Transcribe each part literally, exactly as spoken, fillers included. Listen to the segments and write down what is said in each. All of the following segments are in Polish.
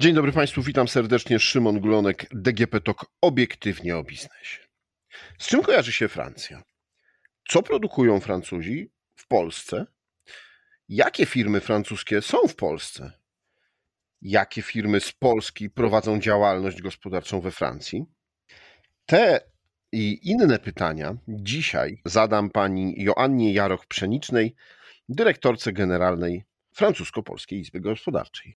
Dzień dobry Państwu, witam serdecznie. Szymon Glonek, D G P Talk, obiektywnie o biznesie. Z czym kojarzy się Francja? Co produkują Francuzi w Polsce? Jakie firmy francuskie są w Polsce? Jakie firmy z Polski prowadzą działalność gospodarczą we Francji? Te i inne pytania dzisiaj zadam pani Joannie Jaroch-Pszenicznej, dyrektorce generalnej Francusko-Polskiej Izby Gospodarczej.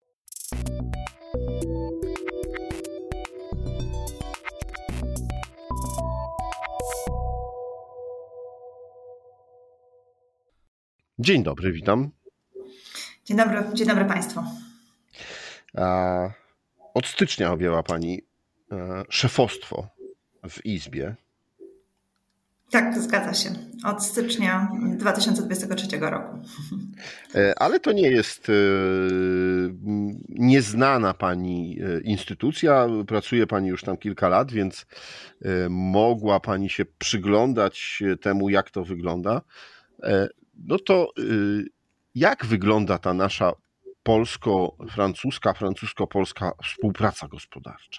Dzień dobry, witam. Dzień dobry, dzień dobry Państwu. Od stycznia objęła Pani szefostwo w Izbie. Tak, zgadza się. Od stycznia dwa tysiące dwudziestego trzeciego roku. Ale to nie jest nieznana Pani instytucja. Pracuje Pani już tam kilka lat, więc mogła Pani się przyglądać temu, jak to wygląda. No to jak wygląda ta nasza polsko-francuska, francusko-polska współpraca gospodarcza?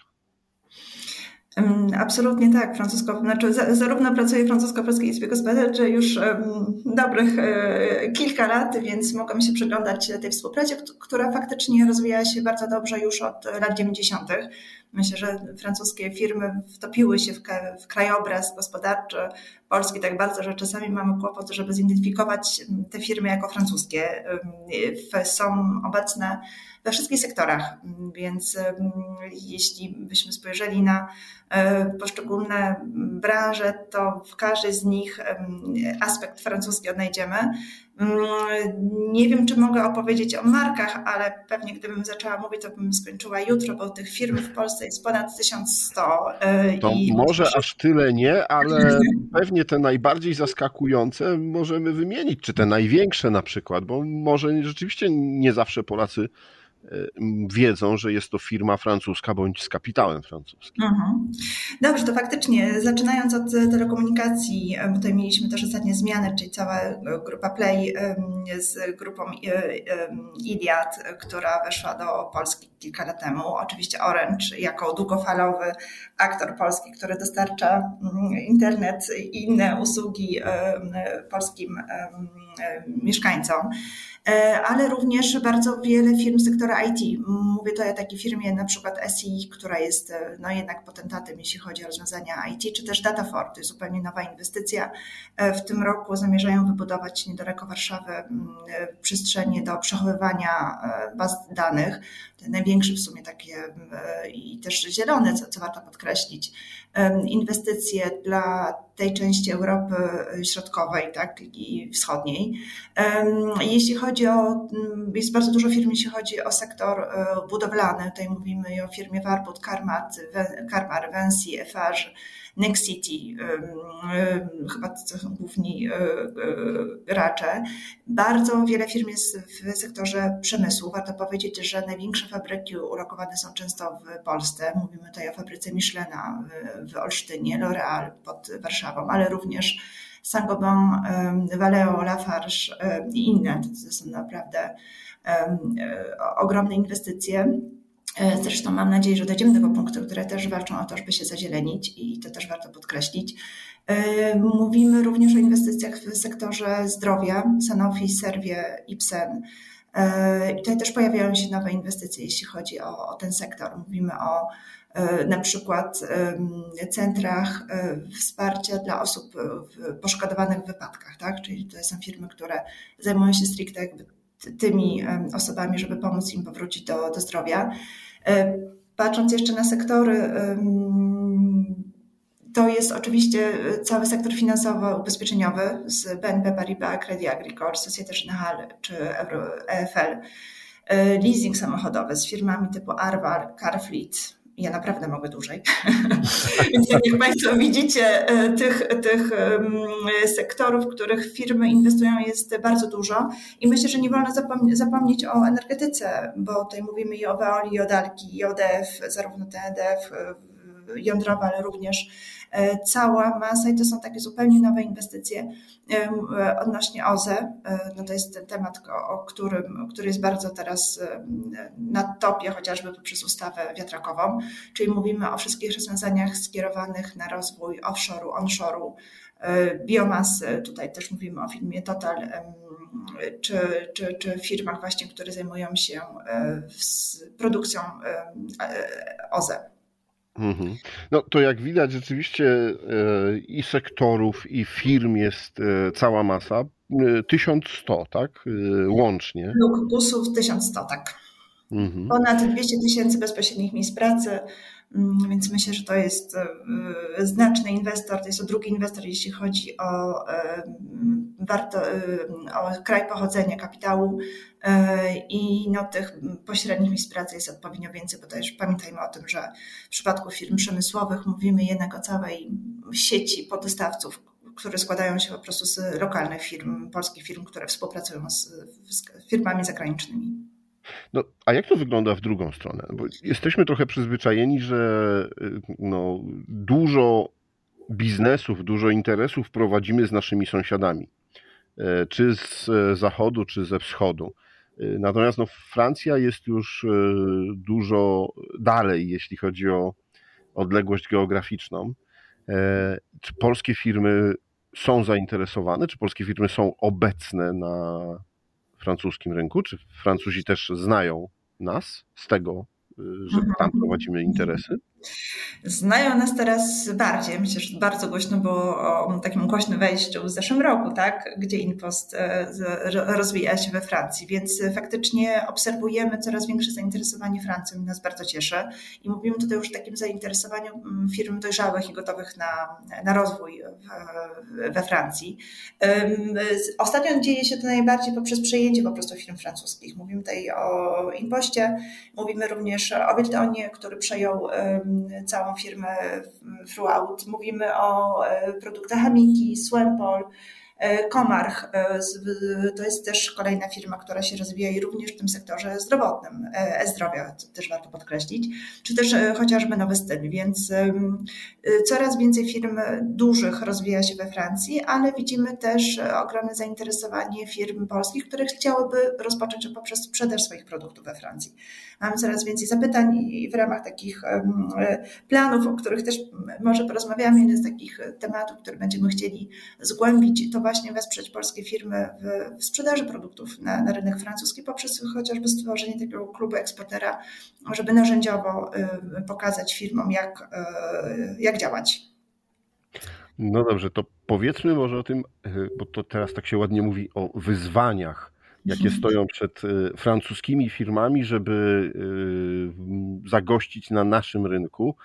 Absolutnie tak. Francusko, znaczy zarówno pracuję w Francusko-Polskiej Izbie Gospodarczej już um, dobrych e, kilka lat, więc mogłam się przyglądać tej współpracy, która faktycznie rozwijała się bardzo dobrze już od lat dziewięćdziesiątych. Myślę, że francuskie firmy wtopiły się w, w krajobraz gospodarczy Polski tak bardzo, że czasami mamy kłopot, żeby zidentyfikować te firmy jako francuskie. Są obecne we wszystkich sektorach, więc jeśli byśmy spojrzeli na poszczególne branże, to w każdej z nich aspekt francuski odnajdziemy. Nie wiem, czy mogę opowiedzieć o markach, ale pewnie gdybym zaczęła mówić, to bym skończyła jutro, bo tych firm w Polsce jest ponad tysiąc sto. To i może myślę, aż tyle nie, ale pewnie te najbardziej zaskakujące możemy wymienić, czy te największe na przykład, bo może rzeczywiście nie zawsze Polacy wiedzą, że jest to firma francuska bądź z kapitałem francuskim. Mhm. Dobrze, to faktycznie zaczynając od telekomunikacji, bo tutaj mieliśmy też ostatnie zmiany, czyli cała grupa Play z grupą Iliad, która weszła do Polski kilka lat temu. Oczywiście Orange jako długofalowy aktor polski, który dostarcza internet i inne usługi polskim mieszkańcom, ale również bardzo wiele firm sektora I T. Mówię tutaj o takiej firmie na przykład S I I, która jest no jednak potentatem, jeśli chodzi o rozwiązania I T, czy też Datafor, to jest zupełnie nowa inwestycja. W tym roku zamierzają wybudować niedaleko Warszawy przestrzenie do przechowywania baz danych. Te największe w sumie takie i też zielone, co, co warto podkreślić, inwestycje dla tej części Europy Środkowej, tak, i Wschodniej. Jeśli chodzi o, jest bardzo dużo firm, jeśli chodzi o sektor budowlany, tutaj mówimy o firmie Warburg, Karmat, Karmar, Vinci, Eiffage, Nexity, chyba to są główni gracze. Bardzo wiele firm jest w sektorze przemysłu. Warto powiedzieć, że największe fabryki ulokowane są często w Polsce. Mówimy tutaj o fabryce Michelina w Olsztynie, L'Oréal pod Warszawą, ale również Saint-Gobain, Valeo, Lafarge i inne. To są naprawdę ogromne inwestycje. Zresztą mam nadzieję, że dojdziemy do tego punktu, które też walczą o to, żeby się zazielenić i to też warto podkreślić. Mówimy również o inwestycjach w sektorze zdrowia, Sanofi, Servier, Ipsen. I tutaj też pojawiają się nowe inwestycje, jeśli chodzi o, o ten sektor. Mówimy o na przykład centrach wsparcia dla osób poszkodowanych w wypadkach, tak? Czyli to są firmy, które zajmują się stricte jakby tymi osobami, żeby pomóc im powrócić do, do zdrowia. Patrząc jeszcze na sektory, to jest oczywiście cały sektor finansowo-ubezpieczeniowy z B N P Paribas, Crédit Agricole, Société Générale czy E F L. Leasing samochodowy z firmami typu Arval, Carfleet. Ja naprawdę mogę dłużej. Więc jak Państwo widzicie, tych, tych sektorów, w których firmy inwestują, jest bardzo dużo. I myślę, że nie wolno zapomnieć o energetyce, bo tutaj mówimy i o Veoli, i o Dalki, i o E D F, zarówno ten E D F jądrowe, ale również cała masa i to są takie zupełnie nowe inwestycje odnośnie O Z E. No to jest ten temat, o którym, który jest bardzo teraz na topie, chociażby poprzez ustawę wiatrakową, czyli mówimy o wszystkich rozwiązaniach skierowanych na rozwój offshore'u, onshore'u, biomasy. Tutaj też mówimy o firmie Total, czy, czy, czy firmach właśnie, które zajmują się produkcją O Z E. Mhm. No to jak widać rzeczywiście i sektorów, i firm jest cała masa. tysiąc sto, tak? Łącznie. Lub busów tysiąc sto, tak. Mhm. Ponad dwieście tysięcy bezpośrednich miejsc pracy, więc myślę, że to jest znaczny inwestor. To jest to drugi inwestor, jeśli chodzi o, warto, o kraj pochodzenia kapitału i no, tych pośrednich miejsc pracy jest odpowiednio więcej, bo też pamiętajmy o tym, że w przypadku firm przemysłowych mówimy jednak o całej sieci poddostawców, które składają się po prostu z lokalnych firm, polskich firm, które współpracują z, z firmami zagranicznymi. No, a jak to wygląda w drugą stronę? Bo jesteśmy trochę przyzwyczajeni, że no, dużo biznesów, dużo interesów prowadzimy z naszymi sąsiadami, czy z zachodu, czy ze wschodu. Natomiast no, Francja jest już dużo dalej, jeśli chodzi o odległość geograficzną. Czy polskie firmy są zainteresowane, czy polskie firmy są obecne na francuskim rynku? Czy Francuzi też znają nas z tego, że tam prowadzimy interesy? Znają nas teraz bardziej. Myślę, że bardzo głośno było o takim głośnym wejściu w zeszłym roku, tak? Gdzie InPost rozwija się we Francji, więc faktycznie obserwujemy coraz większe zainteresowanie Francją i nas bardzo cieszy. I mówimy tutaj już o takim zainteresowaniu firm dojrzałych i gotowych na, na rozwój w, we Francji. Ostatnio dzieje się to najbardziej poprzez przejęcie po prostu firm francuskich. Mówimy tutaj o InPoście, mówimy również o Wiltonie, który przejął całą firmę Throughout. Mówimy o produktach Amiki, Swempol, Comarch. To jest też kolejna firma, która się rozwija i również w tym sektorze zdrowotnym, e-zdrowia, to też warto podkreślić, czy też chociażby nowy styl, więc coraz więcej firm dużych rozwija się we Francji, ale widzimy też ogromne zainteresowanie firm polskich, które chciałyby rozpocząć poprzez sprzedaż swoich produktów we Francji. Mamy coraz więcej zapytań i w ramach takich planów, o których też może porozmawiamy, jeden z takich tematów, które będziemy chcieli zgłębić, to właśnie wesprzeć polskie firmy w, w sprzedaży produktów na, na rynek francuski poprzez chociażby stworzenie takiego klubu eksportera, żeby narzędziowo pokazać firmom, jak, jak działać. No dobrze, to powiedzmy może o tym, bo to teraz tak się ładnie mówi o wyzwaniach, jakie stoją przed francuskimi firmami, żeby zagościć na naszym rynku.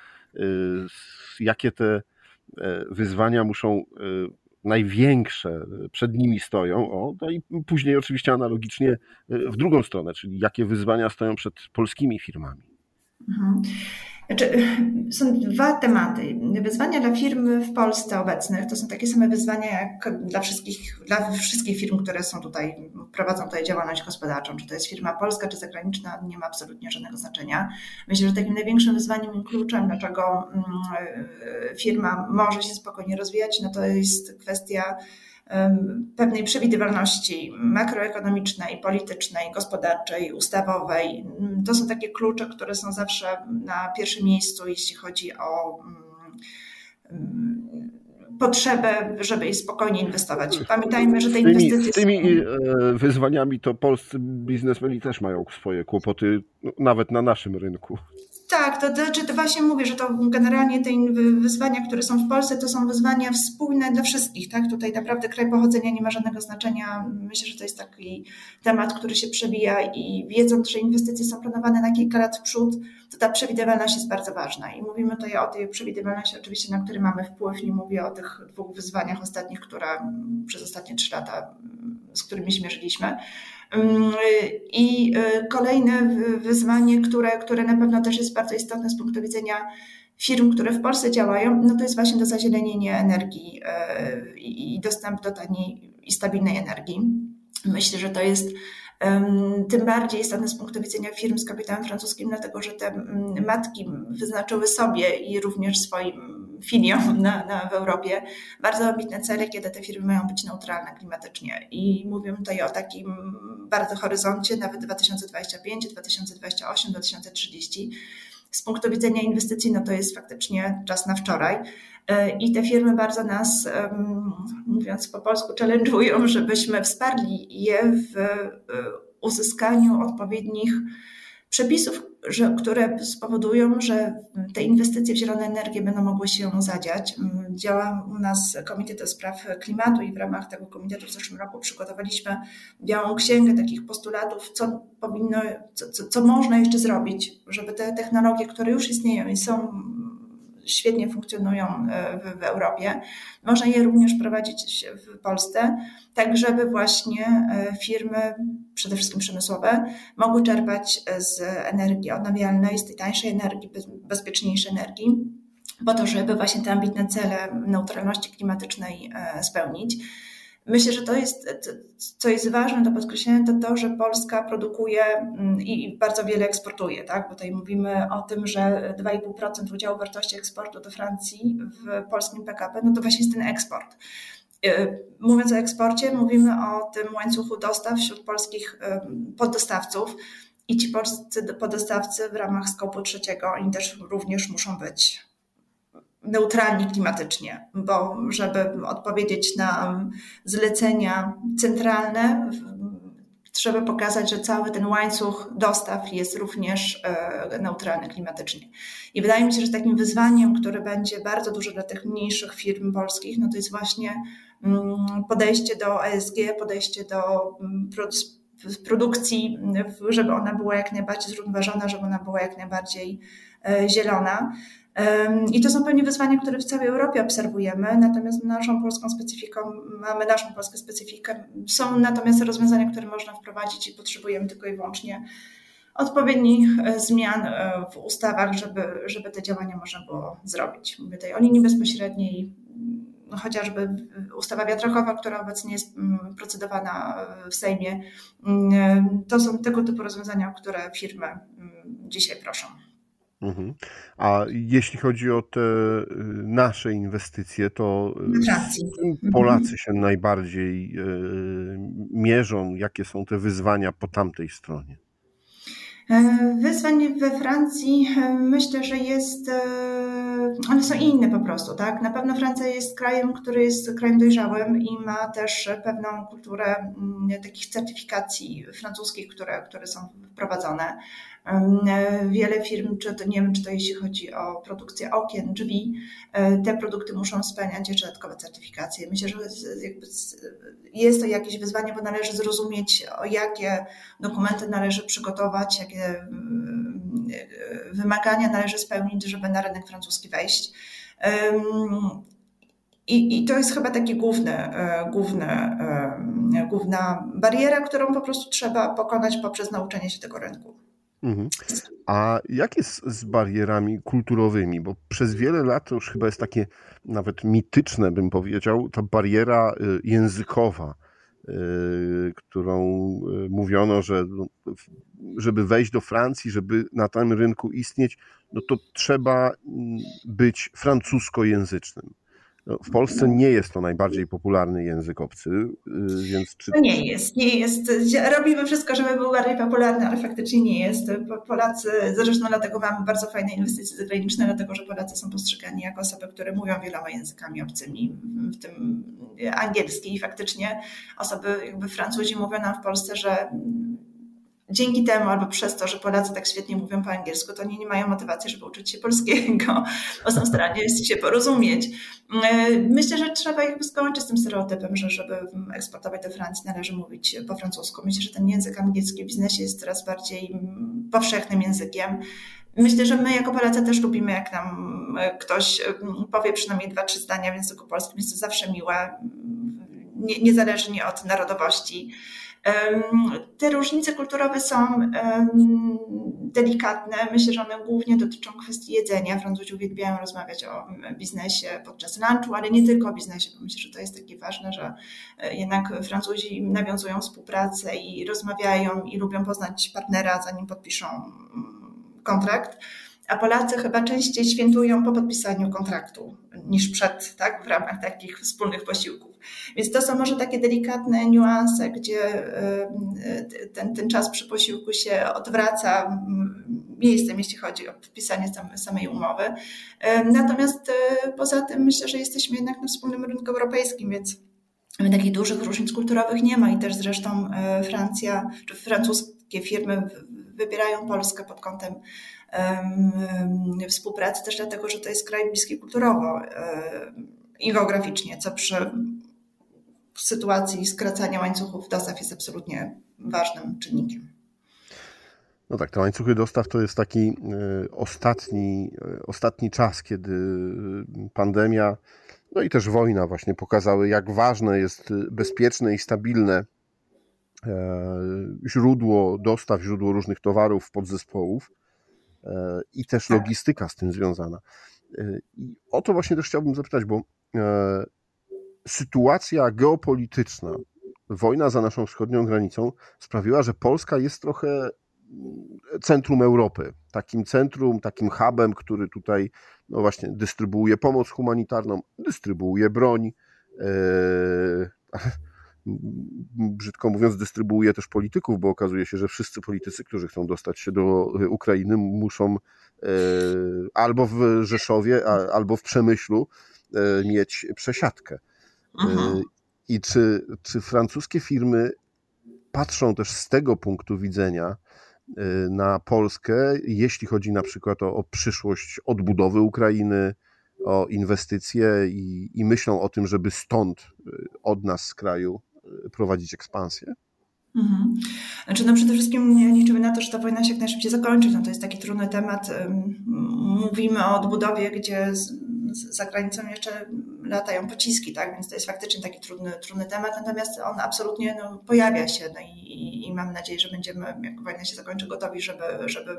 Jakie te wyzwania muszą największe przed nimi stoją, o, no i później oczywiście analogicznie w drugą stronę, czyli jakie wyzwania stoją przed polskimi firmami. Mhm. Znaczy, są dwa tematy. Wyzwania dla firm w Polsce obecnych to są takie same wyzwania jak dla wszystkich, dla wszystkich firm, które są tutaj, prowadzą tutaj działalność gospodarczą. Czy to jest firma polska, czy zagraniczna, nie ma absolutnie żadnego znaczenia. Myślę, że takim największym wyzwaniem i kluczem, dlaczego firma może się spokojnie rozwijać, no to jest kwestia pewnej przewidywalności makroekonomicznej, politycznej, gospodarczej, ustawowej. To są takie klucze, które są zawsze na pierwszym miejscu, jeśli chodzi o potrzebę, żeby spokojnie inwestować. Pamiętajmy, że te inwestycje... Z tymi, z tymi wyzwaniami to polscy biznesmeni też mają swoje kłopoty, nawet na naszym rynku. Tak, to znaczy to właśnie mówię, że to generalnie te wyzwania, które są w Polsce, to są wyzwania wspólne dla wszystkich, tak? Tutaj naprawdę kraj pochodzenia nie ma żadnego znaczenia. Myślę, że to jest taki temat, który się przebija i wiedząc, że inwestycje są planowane na kilka lat w przód, to ta przewidywalność jest bardzo ważna. I mówimy tutaj o tej przewidywalności oczywiście, na które mamy wpływ. Nie mówię o tych dwóch wyzwaniach ostatnich, które przez ostatnie trzy lata, z którymi zmierzyliśmy. I kolejne wyzwanie, które, które na pewno też jest bardzo istotne z punktu widzenia firm, które w Polsce działają, no to jest właśnie dozazielenienie energii i dostęp do taniej i stabilnej energii. Myślę, że to jest Tym bardziej istotne z punktu widzenia firm z kapitałem francuskim, dlatego że te matki wyznaczyły sobie i również swoim filiom na, na, w Europie bardzo ambitne cele, kiedy te firmy mają być neutralne klimatycznie. I mówię tutaj o takim bardzo horyzoncie, nawet dwa tysiące dwudziesty piąty, dwa tysiące dwudziesty ósmy, dwa tysiące trzydziesty. Z punktu widzenia inwestycji, no to jest faktycznie czas na wczoraj. I te firmy bardzo nas, mówiąc po polsku, challenge'ują, żebyśmy wsparli je w uzyskaniu odpowiednich przepisów, że, które spowodują, że te inwestycje w zielone energię będą mogły się zadziać. Działa u nas Komitet do Spraw Klimatu i w ramach tego komitetu w zeszłym roku przygotowaliśmy białą księgę takich postulatów, co powinno, co, co, co można jeszcze zrobić, żeby te technologie, które już istnieją i są świetnie funkcjonują w, w Europie, można je również prowadzić w Polsce, tak żeby właśnie firmy, przede wszystkim przemysłowe, mogły czerpać z energii odnawialnej, z tej tańszej energii, bezpieczniejszej energii, po to, żeby właśnie te ambitne cele neutralności klimatycznej spełnić. Myślę, że to jest, co jest ważne do podkreślenia, to to, że Polska produkuje i bardzo wiele eksportuje, tak? Bo tutaj mówimy o tym, że dwa i pół procent udziału wartości eksportu do Francji w polskim P K B, no to właśnie jest ten eksport. Mówiąc o eksporcie, mówimy o tym łańcuchu dostaw wśród polskich poddostawców i ci polscy poddostawcy w ramach skopu trzeciego, oni też również muszą być neutralni klimatycznie, bo żeby odpowiedzieć na zlecenia centralne, trzeba pokazać, że cały ten łańcuch dostaw jest również neutralny klimatycznie. I wydaje mi się, że takim wyzwaniem, które będzie bardzo duże dla tych mniejszych firm polskich, no to jest właśnie podejście do E S G, podejście do produkcji, żeby ona była jak najbardziej zrównoważona, żeby ona była jak najbardziej zielona. I to są pewnie wyzwania, które w całej Europie obserwujemy, natomiast naszą polską specyfiką, mamy naszą polską specyfikę. Są natomiast rozwiązania, które można wprowadzić i potrzebujemy tylko i wyłącznie odpowiednich zmian w ustawach, żeby, żeby te działania można było zrobić. Mówię tutaj o linii bezpośredniej, chociażby ustawa wiatrakowa, która obecnie jest procedowana w Sejmie. To są tego typu rozwiązania, o które firmy dzisiaj proszą. Mhm. A jeśli chodzi o te nasze inwestycje, to Polacy się najbardziej mierzą? Jakie są te wyzwania po tamtej stronie? Wyzwań we Francji myślę, że jest, one są inne po prostu, tak? Na pewno Francja jest krajem, który jest krajem dojrzałym i ma też pewną kulturę takich certyfikacji francuskich, które, które są wprowadzone. Wiele firm, czy to nie wiem, czy to jeśli chodzi o produkcję okien, drzwi, te produkty muszą spełniać jeszcze dodatkowe certyfikacje. Myślę, że jakby jest to jakieś wyzwanie, bo należy zrozumieć, o jakie dokumenty należy przygotować, jakie wymagania należy spełnić, żeby na rynek francuski wejść. I, I to jest chyba taki główny, główny, główna bariera, którą po prostu trzeba pokonać poprzez nauczenie się tego rynku. Mhm. A jak jest z barierami kulturowymi? Bo przez wiele lat to już chyba jest takie nawet mityczne, bym powiedział, ta bariera językowa, którą mówiono, że żeby wejść do Francji, żeby na tym rynku istnieć, no to trzeba być francuskojęzycznym. No, w Polsce nie jest to najbardziej popularny język obcy, więc... Czy... To nie jest, nie jest. Robimy wszystko, żeby był bardziej popularny, ale faktycznie nie jest. Polacy, zresztą dlatego mamy bardzo fajne inwestycje zagraniczne, dlatego że Polacy są postrzegani jako osoby, które mówią wieloma językami obcymi, w tym angielski. I faktycznie osoby, jakby Francuzi mówią nam w Polsce, że dzięki temu albo przez to, że Polacy tak świetnie mówią po angielsku, to oni nie mają motywacji, żeby uczyć się polskiego, bo są starani się porozumieć. Myślę, że trzeba jakby skończyć z tym stereotypem, że żeby eksportować do Francji należy mówić po francusku. Myślę, że ten język angielski w biznesie jest coraz bardziej powszechnym językiem. Myślę, że my jako Polacy też lubimy, jak nam ktoś powie przynajmniej dwa, trzy zdania w języku polskim. Jest to zawsze miłe, nie, niezależnie od narodowości. Te różnice kulturowe są delikatne. Myślę, że one głównie dotyczą kwestii jedzenia. Francuzi uwielbiają rozmawiać o biznesie podczas lunchu, ale nie tylko o biznesie, bo myślę, że to jest takie ważne, że jednak Francuzi nawiązują współpracę i rozmawiają i lubią poznać partnera, zanim podpiszą kontrakt. A Polacy chyba częściej świętują po podpisaniu kontraktu niż przed, tak, w ramach takich wspólnych posiłków. Więc to są może takie delikatne niuanse, gdzie ten, ten czas przy posiłku się odwraca miejscem, jeśli chodzi o podpisanie samej umowy. Natomiast poza tym myślę, że jesteśmy jednak na wspólnym rynku europejskim, więc takich dużych różnic kulturowych nie ma i też zresztą Francja, czy francuskie firmy wybierają Polskę pod kątem współpracy też dlatego, że to jest kraj bliski kulturowo i geograficznie, co przy sytuacji skracania łańcuchów dostaw jest absolutnie ważnym czynnikiem. No tak, te łańcuchy dostaw to jest taki ostatni, ostatni czas, kiedy pandemia, no i też wojna właśnie pokazały, jak ważne jest bezpieczne i stabilne źródło dostaw, źródło różnych towarów, podzespołów i też logistyka z tym związana. I o to właśnie też chciałbym zapytać, bo sytuacja geopolityczna, wojna za naszą wschodnią granicą sprawiła, że Polska jest trochę centrum Europy. Takim centrum, takim hubem, który tutaj no właśnie dystrybuuje pomoc humanitarną, dystrybuuje broń, brzydko mówiąc, dystrybuuje też polityków, bo okazuje się, że wszyscy politycy, którzy chcą dostać się do Ukrainy, muszą albo w Rzeszowie, albo w Przemyślu mieć przesiadkę. Aha. I czy, czy francuskie firmy patrzą też z tego punktu widzenia na Polskę, jeśli chodzi na przykład o, o przyszłość odbudowy Ukrainy, o inwestycje i, i myślą o tym, żeby stąd, od nas z kraju prowadzić ekspansję? Mhm. Znaczy, no przede wszystkim liczymy na to, że ta wojna się jak najszybciej zakończy. No to jest taki trudny temat. Mówimy o odbudowie, gdzie za granicą jeszcze latają pociski, tak? Więc to jest faktycznie taki trudny, trudny temat, natomiast on absolutnie no, pojawia się no i, i mam nadzieję, że będziemy, jak wojna się zakończy, gotowi, żeby, żeby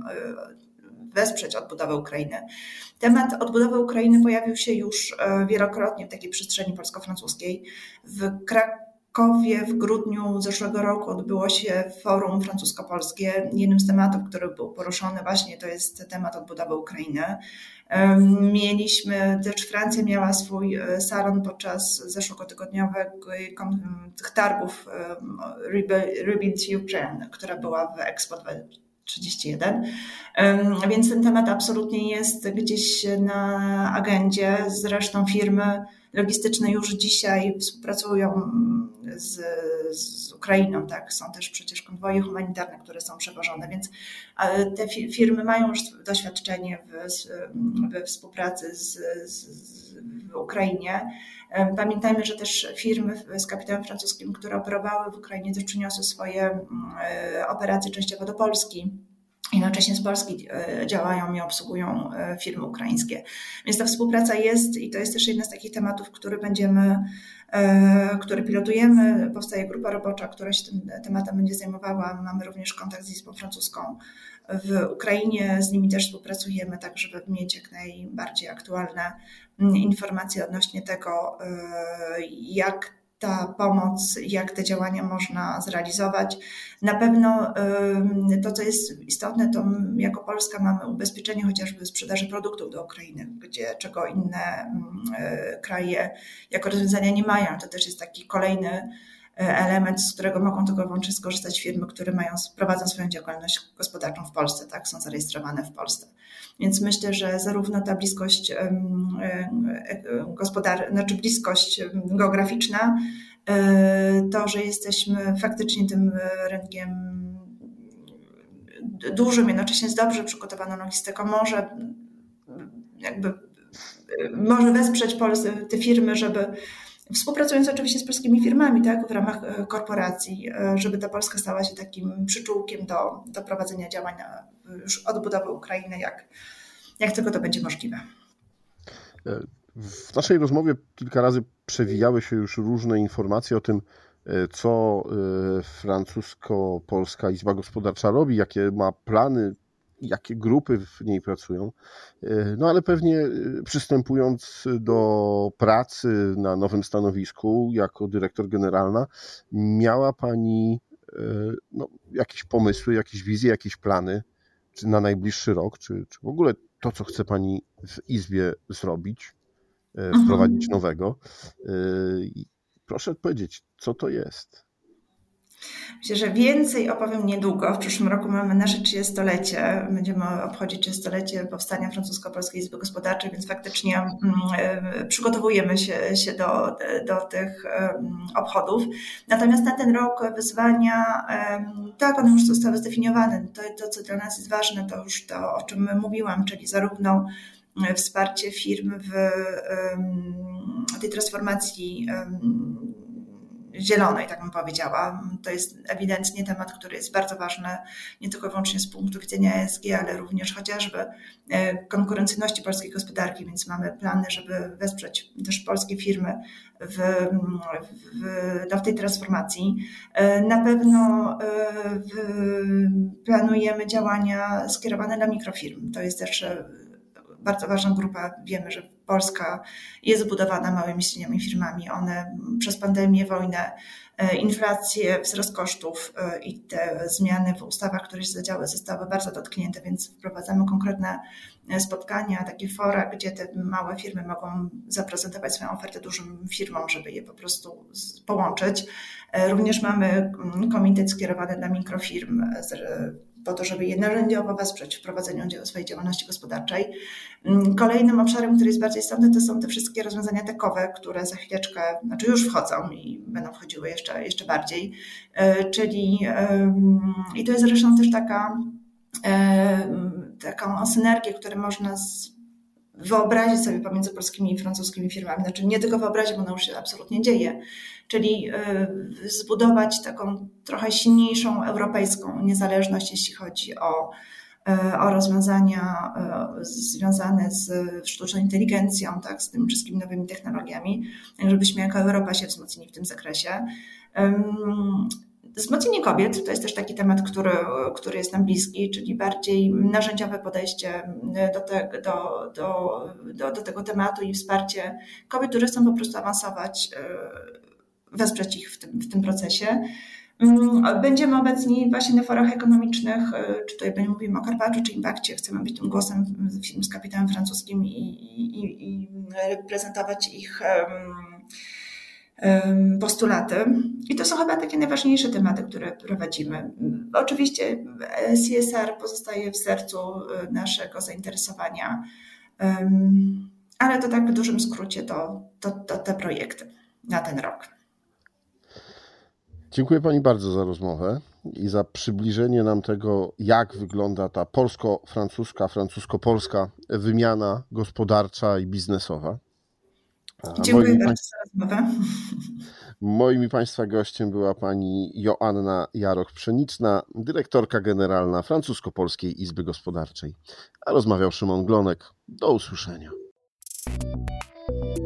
wesprzeć odbudowę Ukrainy. Temat odbudowy Ukrainy pojawił się już wielokrotnie w takiej przestrzeni polsko-francuskiej. W Krakowie w grudniu zeszłego roku odbyło się forum francusko-polskie. Jednym z tematów, który był poruszony właśnie, to jest temat odbudowy Ukrainy. Mieliśmy, też Francja miała swój salon podczas zeszłotygodniowych targów Rebuild Ukraine, która była w Expo trzydzieści jeden, więc ten temat absolutnie jest gdzieś na agendzie. Zresztą firmy logistyczne już dzisiaj współpracują z, z Ukrainą, tak? Są też przecież konwoje humanitarne, które są przewożone, więc te firmy mają już doświadczenie w, we współpracy z, z, w Ukrainie. Pamiętajmy, że też firmy z kapitałem francuskim, które operowały w Ukrainie, też przyniosły swoje operacje częściowo do Polski. Jednocześnie z Polski działają i obsługują firmy ukraińskie. Więc ta współpraca jest i to jest też jeden z takich tematów, który będziemy, który pilotujemy. Powstaje grupa robocza, która się tym tematem będzie zajmowała. Mamy również kontakt z Izbą Francuską w Ukrainie. Z nimi też współpracujemy, tak żeby mieć jak najbardziej aktualne informacje odnośnie tego, jak ta pomoc, jak te działania można zrealizować. Na pewno to, co jest istotne, to jako Polska mamy ubezpieczenie chociażby sprzedaży produktów do Ukrainy, gdzie czego inne kraje jako rozwiązania nie mają. To też jest taki kolejny element, z którego mogą tylko wyłącznie skorzystać firmy, które mają, prowadzą swoją działalność gospodarczą w Polsce, tak, są zarejestrowane w Polsce. Więc myślę, że zarówno ta bliskość gospodar- znaczy bliskość geograficzna, to, że jesteśmy faktycznie tym rynkiem dużym, jednocześnie z dobrze przygotowaną logistyką, może jakby może wesprzeć Polskę, te firmy, żeby współpracując oczywiście z polskimi firmami, tak, w ramach korporacji, żeby ta Polska stała się takim przyczółkiem do, do prowadzenia działań na już odbudowy Ukrainy, jak, jak tylko to będzie możliwe. W naszej rozmowie kilka razy przewijały się już różne informacje o tym, co Francusko-Polska Izba Gospodarcza robi, jakie ma plany, jakie grupy w niej pracują. No ale pewnie przystępując do pracy na nowym stanowisku jako dyrektor generalna, miała Pani no, jakieś pomysły, jakieś wizje, jakieś plany czy na najbliższy rok, czy, czy w ogóle to, co chce Pani w Izbie zrobić, wprowadzić Mhm. nowego. Proszę powiedzieć, co to jest? Myślę, że więcej opowiem niedługo. W przyszłym roku mamy nasze trzydziestolecie. Będziemy obchodzić trzydziestolecie powstania Francusko-Polskiej Izby Gospodarczej, więc faktycznie mm, przygotowujemy się, się do, do tych um, obchodów. Natomiast na ten rok wyzwania, um, tak, one już zostały zdefiniowane. To, to, co dla nas jest ważne, to już to, o czym mówiłam, czyli zarówno wsparcie firm w um, tej transformacji um, zielonej, tak bym powiedziała. To jest ewidentnie temat, który jest bardzo ważny, nie tylko wyłącznie z punktu widzenia E S G, ale również chociażby konkurencyjności polskiej gospodarki, więc mamy plany, żeby wesprzeć też polskie firmy w, w, no, w tej transformacji. Na pewno w, planujemy działania skierowane dla mikrofirm. To jest też bardzo ważna grupa. Wiemy, że Polska jest zbudowana małymi średnimi firmami. One przez pandemię, wojnę, inflację, wzrost kosztów i te zmiany w ustawach, które się zadziały, zostały bardzo dotknięte, więc wprowadzamy konkretne spotkania, takie fora, gdzie te małe firmy mogą zaprezentować swoją ofertę dużym firmom, żeby je po prostu połączyć. Również mamy komitet skierowany dla mikrofirm, po to, żeby je narzędziowo wesprzeć w prowadzeniu swojej działalności gospodarczej. Kolejnym obszarem, który jest bardzo istotny, to są te wszystkie rozwiązania techowe, które za chwileczkę, znaczy już wchodzą i będą wchodziły jeszcze, jeszcze bardziej. Czyli i to jest zresztą też taka, taką synergię, którą można z, wyobrazić sobie pomiędzy polskimi i francuskimi firmami. Znaczy nie tylko wyobrazić, bo ona już się absolutnie dzieje. Czyli zbudować taką trochę silniejszą europejską niezależność, jeśli chodzi o, o rozwiązania związane z sztuczną inteligencją, tak, z tymi wszystkimi nowymi technologiami, tak żebyśmy jako Europa się wzmocnili w tym zakresie. Wzmocnienie kobiet to jest też taki temat, który, który jest nam bliski, czyli bardziej narzędziowe podejście do, te, do, do, do, do tego tematu i wsparcie kobiet, które chcą po prostu awansować, wesprzeć ich w tym, w tym procesie. Będziemy obecni właśnie na forach ekonomicznych, czy tutaj mówimy o Carpaccio, czy Impakcie. Chcemy być tym głosem firm z kapitałem francuskim i, i, i reprezentować ich postulaty. I to są chyba takie najważniejsze tematy, które prowadzimy. Oczywiście C S R pozostaje w sercu naszego zainteresowania, ale to tak w dużym skrócie to, to, to te projekty na ten rok. Dziękuję Pani bardzo za rozmowę i za przybliżenie nam tego, jak wygląda ta polsko-francuska, francusko-polska wymiana gospodarcza i biznesowa. Dziękuję moim bardzo za rozmowę. Moim i Państwa gościem była Pani Joanna Jaroch-Pszeniczna, dyrektorka generalna Francusko-Polskiej Izby Gospodarczej. A rozmawiał Szymon Glonek. Do usłyszenia.